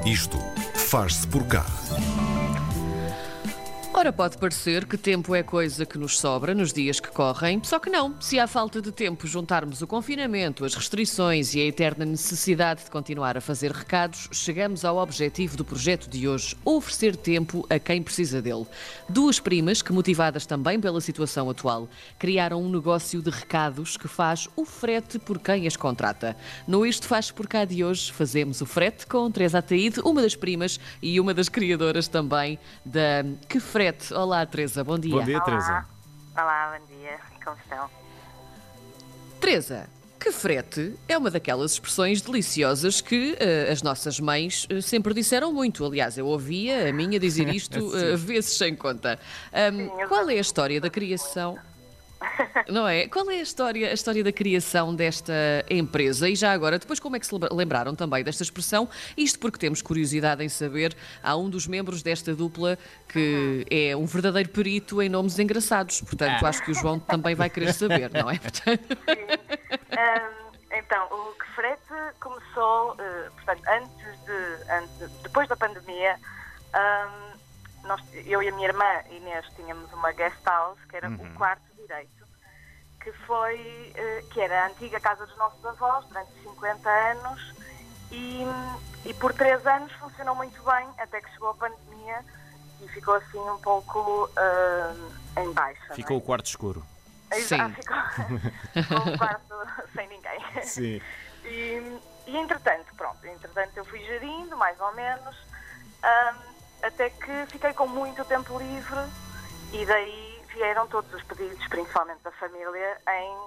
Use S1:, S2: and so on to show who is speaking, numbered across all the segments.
S1: Isto faz-se por cá.
S2: Ora, pode parecer que tempo é coisa que nos sobra nos dias que correm, só que não. Se à falta de tempo juntarmos o confinamento, as restrições e a eterna necessidade de continuar a fazer recados, chegamos ao objetivo do projeto de hoje: oferecer tempo a quem precisa dele. Duas primas que, motivadas também pela situação atual, criaram um negócio de recados que faz o frete por quem as contrata. No Isto Faz por Cá de hoje, fazemos o frete com Teresa Ataíde, uma das primas e uma das criadoras também da Que Frete. Olá, Teresa, bom dia.
S3: Bom dia, Teresa.
S4: Olá, bom dia. Como estão?
S2: Teresa, que frete é uma daquelas expressões deliciosas que as nossas mães sempre disseram muito. Aliás, eu ouvia a minha dizer isto vezes sem conta. Qual é a história da criação? Não é? Qual é a história da criação desta empresa? E já agora, depois como é que se lembraram também desta expressão? Isto porque temos curiosidade em saber, há um dos membros desta dupla que é um verdadeiro perito em nomes engraçados. Portanto, acho que o João também vai querer saber, não é?
S4: Então, o Que Frete começou, portanto, depois da pandemia, eu e a minha irmã Inês tínhamos uma guest house, que era o quarto direito, que era a antiga casa dos nossos avós durante 50 anos e por 3 anos funcionou muito bem, até que chegou a pandemia e ficou assim um pouco em baixa.
S3: Ficou o quarto escuro.
S2: Sim.
S4: Ficou um quarto sem ninguém.
S3: Sim.
S4: E entretanto eu fui gerindo, mais ou menos, até que fiquei com muito tempo livre e daí vieram todos os pedidos, principalmente da família, em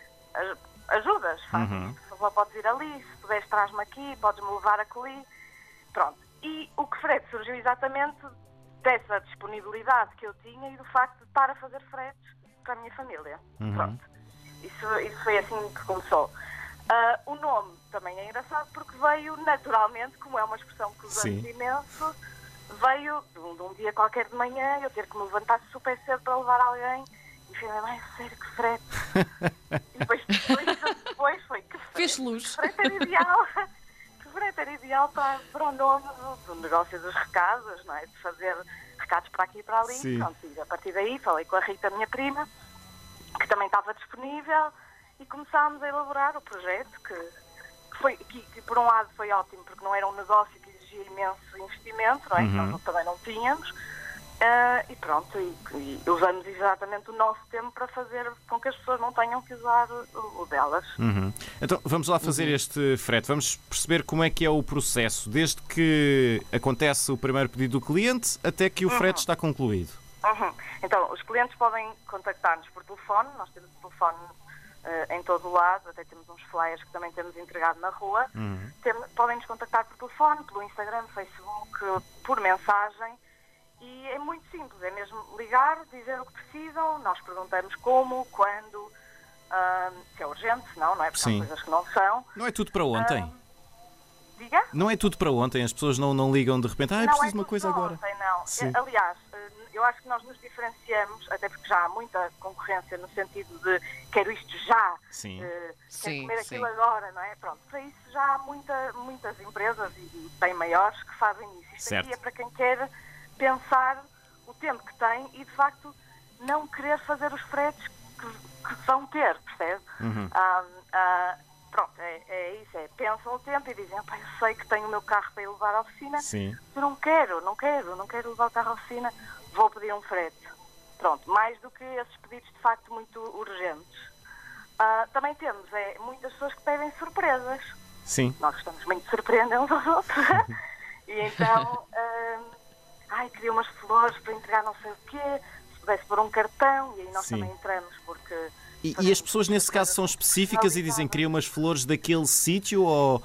S4: ajudas. Por favor, podes ir ali, se puderes traz-me aqui, podes-me levar ali. Pronto. E o Que Frete surgiu exatamente dessa disponibilidade que eu tinha e do facto de estar a fazer fretes para a minha família. Pronto. Isso foi assim que começou. O nome também é engraçado porque veio naturalmente, como é uma expressão que usamos imenso, veio de um dia qualquer de manhã, eu ter que me levantar super cedo para levar alguém e falei, mãe, sério, que frete? E depois foi que frete.
S2: Fez luz.
S4: Que frete era ideal. Que frete era ideal para o nome do negócio dos recados, não é? De fazer recados para aqui e para ali.
S3: Sim.
S4: Pronto, e a partir daí falei com a Rita, minha prima, que também estava disponível, e começámos a elaborar o projeto, que por um lado foi ótimo, porque não era um negócio que exigia imenso investimento, não é? Nós também não tínhamos. E pronto, e usamos exatamente o nosso tempo para fazer com que as pessoas não tenham que usar o delas.
S3: Então, vamos lá fazer este frete. Vamos perceber como é que é o processo, desde que acontece o primeiro pedido do cliente até que o frete está concluído.
S4: Então, os clientes podem contactar-nos por telefone, nós temos o telefone em todo o lado, até temos uns flyers que também temos entregado na rua. Podem-nos contactar por telefone, pelo Instagram, Facebook, por mensagem, e é muito simples, é mesmo ligar, dizer o que precisam, nós perguntamos como, quando, se é urgente, se não é? Porque são coisas que não são.
S3: Não é tudo para ontem?
S4: Diga?
S3: Não é tudo para ontem, as pessoas não ligam de repente, eu preciso de uma coisa agora.
S4: Não. Aliás, eu acho que nós nos diferenciamos, até porque já há muita concorrência no sentido de quero isto já, quero comer aquilo agora, não é? Pronto, para isso já há muitas empresas e bem maiores que fazem isso. Isto aqui é para quem quer pensar o tempo que tem e de facto não querer fazer os fretes que vão ter, percebe? Pronto, é isso, pensam o tempo e dizem, eu sei que tenho o meu carro para ir levar à oficina, eu não quero levar o carro à oficina, vou pedir um frete. Pronto, mais do que esses pedidos de facto muito urgentes. Também temos muitas pessoas que pedem surpresas.
S3: Sim.
S4: Nós gostamos muito de surpreender uns aos outros. E então, queria umas flores para entregar não sei o quê, se pudesse pôr um cartão, e aí nós também entramos, porque...
S3: E as pessoas nesse caso são específicas e dizem que queriam umas flores daquele sítio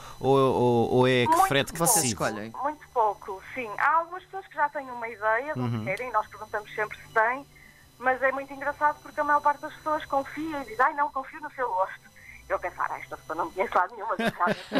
S3: ou é que frete que
S2: vocês
S3: decide?
S2: escolhem?
S4: Muito pouco, sim. Há algumas pessoas que já têm uma ideia do que querem, nós perguntamos sempre se têm, mas é muito engraçado porque a maior parte das pessoas confia e diz, não, confio no seu gosto. Eu pensar, esta pessoa não conhece lado nenhuma, mas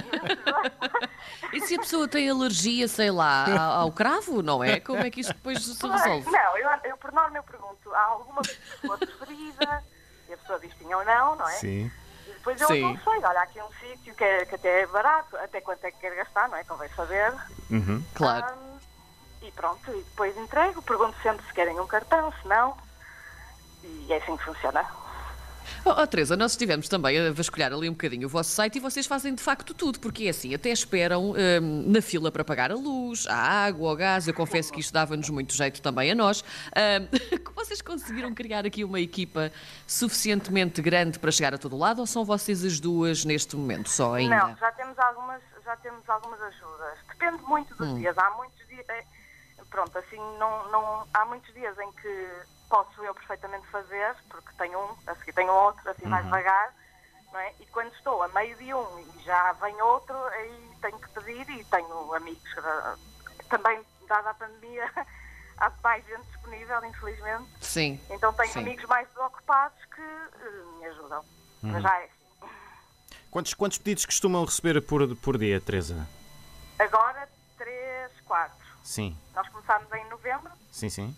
S2: E se a pessoa tem alergia, sei lá, ao cravo, não é? Como é que isto depois se resolve?
S4: Não, eu por norma eu pergunto, há alguma pessoa preferida? E a pessoa diz sim ou não, não é?
S3: Sim.
S4: E depois eu
S2: Sim.
S4: aconselho, olha, aqui um sítio que até é barato, até quanto é que quer gastar, não é? Convém saber.
S2: Claro.
S4: E pronto, e depois entrego, pergunto sempre se querem um cartão, se não. E é assim que funciona.
S2: Teresa, nós estivemos também a vasculhar ali um bocadinho o vosso site e vocês fazem de facto tudo, porque é assim, até esperam na fila para pagar a luz, a água, o gás. Eu confesso que isto dava-nos muito jeito também a nós. Vocês conseguiram criar aqui uma equipa suficientemente grande para chegar a todo lado ou são vocês as duas neste momento só ainda?
S4: Não, já temos algumas ajudas. Depende muito dos dias. Há muitos dias, pronto, assim, não, há muitos dias em que posso eu perfeitamente fazer, porque tenho um, a seguir tenho outro, assim mais devagar, não é? E quando estou a meio de um e já vem outro, aí tenho que pedir e tenho amigos. Também, dada a pandemia, há mais gente disponível, infelizmente.
S2: Sim.
S4: Então tenho
S2: Sim.
S4: amigos mais desocupados que me ajudam. Mas já é assim.
S3: Quantos pedidos costumam receber por dia, Teresa?
S4: Agora, 3, 4.
S3: Sim,
S4: Nós começámos em novembro.
S3: sim.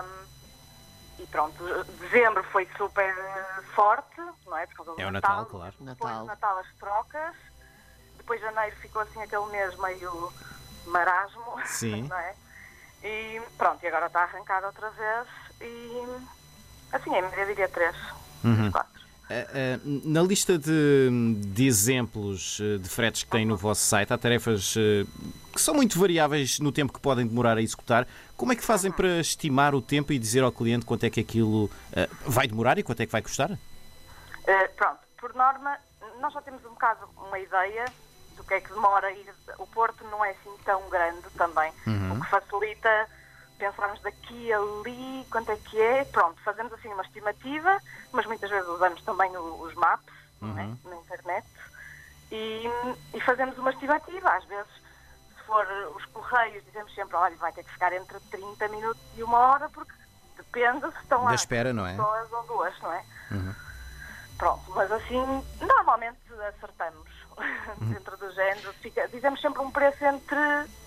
S4: E pronto, dezembro foi super forte, não é? Por causa do
S3: É o Natal, claro.
S4: Depois
S2: Natal.
S4: do Natal as trocas. Depois janeiro ficou assim aquele mês meio marasmo.
S3: Sim.
S4: Não é? E pronto, e agora está a arrancar outra vez. E assim, em média diria 3, 4.
S3: Na lista de exemplos de fretes que tem no vosso site, há tarefas que são muito variáveis no tempo que podem demorar a executar. Como é que fazem para estimar o tempo e dizer ao cliente quanto é que aquilo vai demorar e quanto é que vai custar?
S4: Pronto, por norma, nós já temos um bocado uma ideia do que é que demora ir. O Porto não é assim tão grande também, o que facilita pensarmos daqui ali, quanto é que é. Pronto, fazemos assim uma estimativa, mas muitas vezes usamos também os maps, não é? Na internet, e fazemos uma estimativa. Às vezes, se for os correios, dizemos sempre, olha, vai ter que ficar entre 30 minutos e 1 hora, porque depende se estão lá
S3: Da espera, não é?
S4: pessoas ou 2, não é? Pronto, mas assim, normalmente acertamos dentro do género. Dizemos sempre um preço entre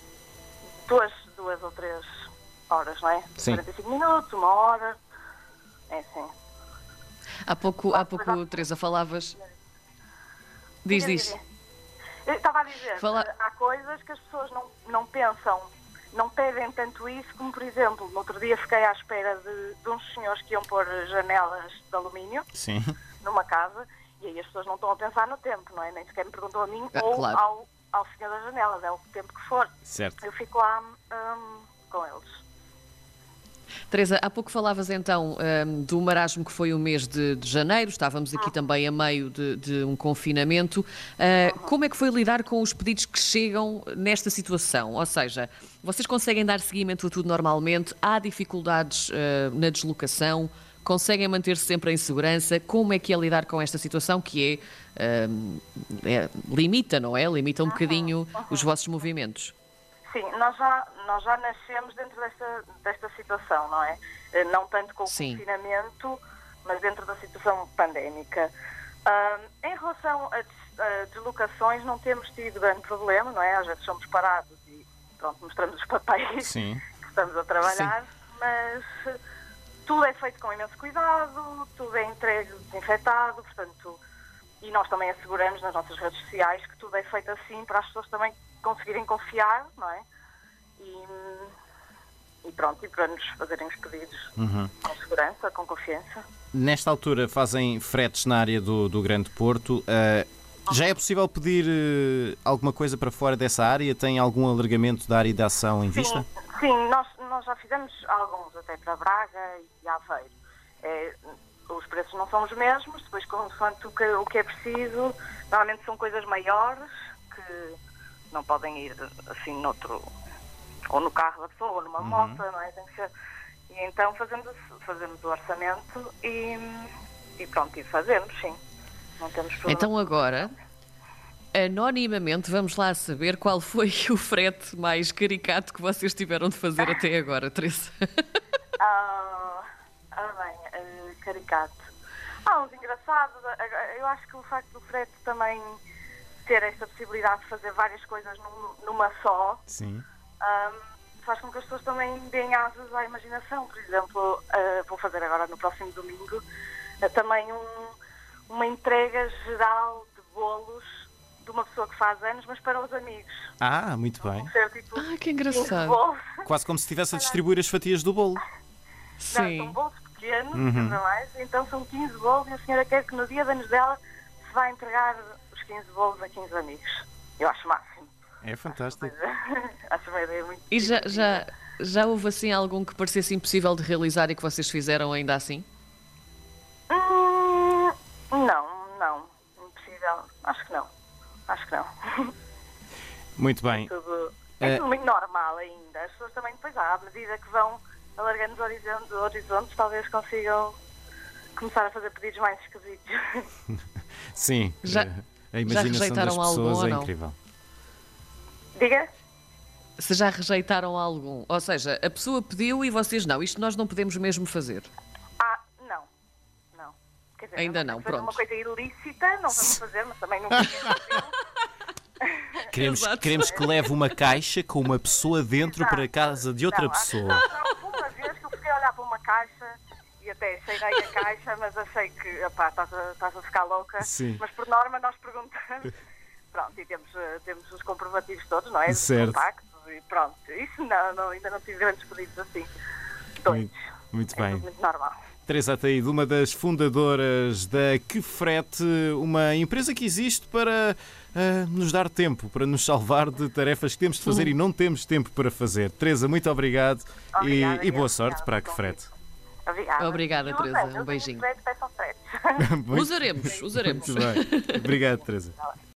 S4: 2 ou 3 horas, não é?
S3: Sim.
S4: 45 minutos, 1 hora, é assim.
S2: Há pouco, Teresa, falavas... Diz.
S4: Eu estava a dizer,
S2: Fala-
S4: há coisas que as pessoas não pensam, não pedem tanto isso, como por exemplo, no outro dia fiquei à espera de uns senhores que iam pôr janelas de alumínio
S3: Sim.
S4: numa casa, e aí as pessoas não estão a pensar no tempo, não é? Nem sequer me perguntam a mim ou
S2: claro.
S4: ao senhor das janelas, é o tempo que for.
S3: Certo.
S4: Eu fico lá com eles.
S2: Teresa, há pouco falavas então do marasmo que foi o mês de janeiro, estávamos aqui também a meio de um confinamento. Como é que foi lidar com os pedidos que chegam nesta situação? Ou seja, vocês conseguem dar seguimento a tudo normalmente? Há dificuldades na deslocação? Conseguem manter-se sempre em segurança? Como é que é lidar com esta situação que limita, não é? Limita um bocadinho os vossos movimentos.
S4: Sim, nós já nascemos dentro desta situação, não é? Não tanto com o
S2: Sim.
S4: confinamento, mas dentro da situação pandémica. Em relação a deslocações, não temos tido grande problema, não é? Às vezes somos parados e pronto, mostramos os papéis
S3: Sim.
S4: que estamos a trabalhar, mas tudo é feito com imenso cuidado, tudo é entregue desinfetado, portanto, e nós também asseguramos nas nossas redes sociais que tudo é feito assim para as pessoas também conseguirem confiar, não é? E pronto, e para nos fazerem os pedidos com segurança, com confiança.
S3: Nesta altura fazem fretes na área do Grande Porto. Já é possível pedir alguma coisa para fora dessa área? Tem algum alargamento da área de ação em vista?
S4: Sim, nós já fizemos alguns até para Braga e Aveiro. Os preços não são os mesmos, depois consoante o que é preciso, normalmente são coisas maiores que não podem ir assim noutro, ou no carro da pessoa, ou numa moto, não é? Tem que ser. E então fazemos o orçamento e pronto, e fazemos, sim. Não temos problema.
S2: Então agora, anonimamente, vamos lá saber qual foi o frete mais caricato que vocês tiveram de fazer até agora, Teresa.
S4: Caricato. Uns engraçados. Eu acho que o facto do frete também ter esta possibilidade de fazer várias coisas numa só,
S3: Sim.
S4: faz com que as pessoas também deem asas à imaginação. Por exemplo, vou fazer agora no próximo domingo também uma entrega geral de bolos de uma pessoa que faz anos, mas para os amigos.
S3: Ah, muito bem.
S4: Ser, tipo,
S2: Ah, que
S4: 15
S2: engraçado.
S4: bolos.
S3: Quase como se estivesse a distribuir as fatias do bolo.
S4: Não,
S2: Sim.
S4: são bolos pequenos, ainda mais, então são 15 bolos e a senhora quer que no dia de anos dela se vai entregar os 15 bolos a 15 amigos. Eu acho o máximo.
S3: É fantástico.
S4: Acho uma ideia muito
S2: E
S4: divertida.
S2: já houve assim algum que parecesse impossível de realizar e que vocês fizeram ainda assim?
S4: Não. Impossível. Acho que não.
S3: Muito bem.
S4: É tudo muito normal ainda. As pessoas também depois, à medida que vão alargando os horizontes, talvez consigam começar a fazer pedidos mais esquisitos.
S3: Sim,
S2: Já-
S3: a imaginação das
S2: rejeitaram algum
S3: pessoas
S2: ou
S3: é
S2: não?
S3: incrível.
S4: Diga?
S2: Se já rejeitaram algum? Ou seja, a pessoa pediu e vocês não. Isto nós não podemos mesmo fazer.
S4: Não. Quer dizer,
S2: Ainda
S4: não
S2: não,
S4: sei se é uma
S2: pronto.
S4: coisa ilícita, não vamos fazer, mas também não podemos fazer.
S2: Exato.
S3: Queremos que leve uma caixa com uma pessoa dentro para a casa de outra
S4: Não,
S3: pessoa.
S4: Não, uma vez que eu fiquei a olhar para uma caixa e até cheirei a caixa, mas achei que, epá, estás a ficar louca.
S3: Sim.
S4: Mas por norma nós perguntamos. Pronto, e temos os comprovativos todos, não é? Dos
S3: Certo.
S4: contactos e pronto. Isso ainda não tive grandes pedidos assim. Doidos.
S3: Muito
S4: É
S3: bem.
S4: tudo muito normal.
S3: Teresa Ataíde, uma das fundadoras da Que Frete, uma empresa que existe para nos dar tempo, para nos salvar de tarefas que temos de fazer e não temos tempo para fazer. Teresa, muito obrigado
S4: Obrigada,
S3: e boa
S4: obrigada,
S3: sorte para a Que
S4: obrigada.
S3: Frete.
S4: Obrigada.
S2: Obrigada,
S4: E
S2: Teresa.
S4: usem,
S2: Um beijinho.
S4: Peçam fretes.
S3: Muito-
S2: Usaremos.
S3: Muito bem. Obrigado, Teresa.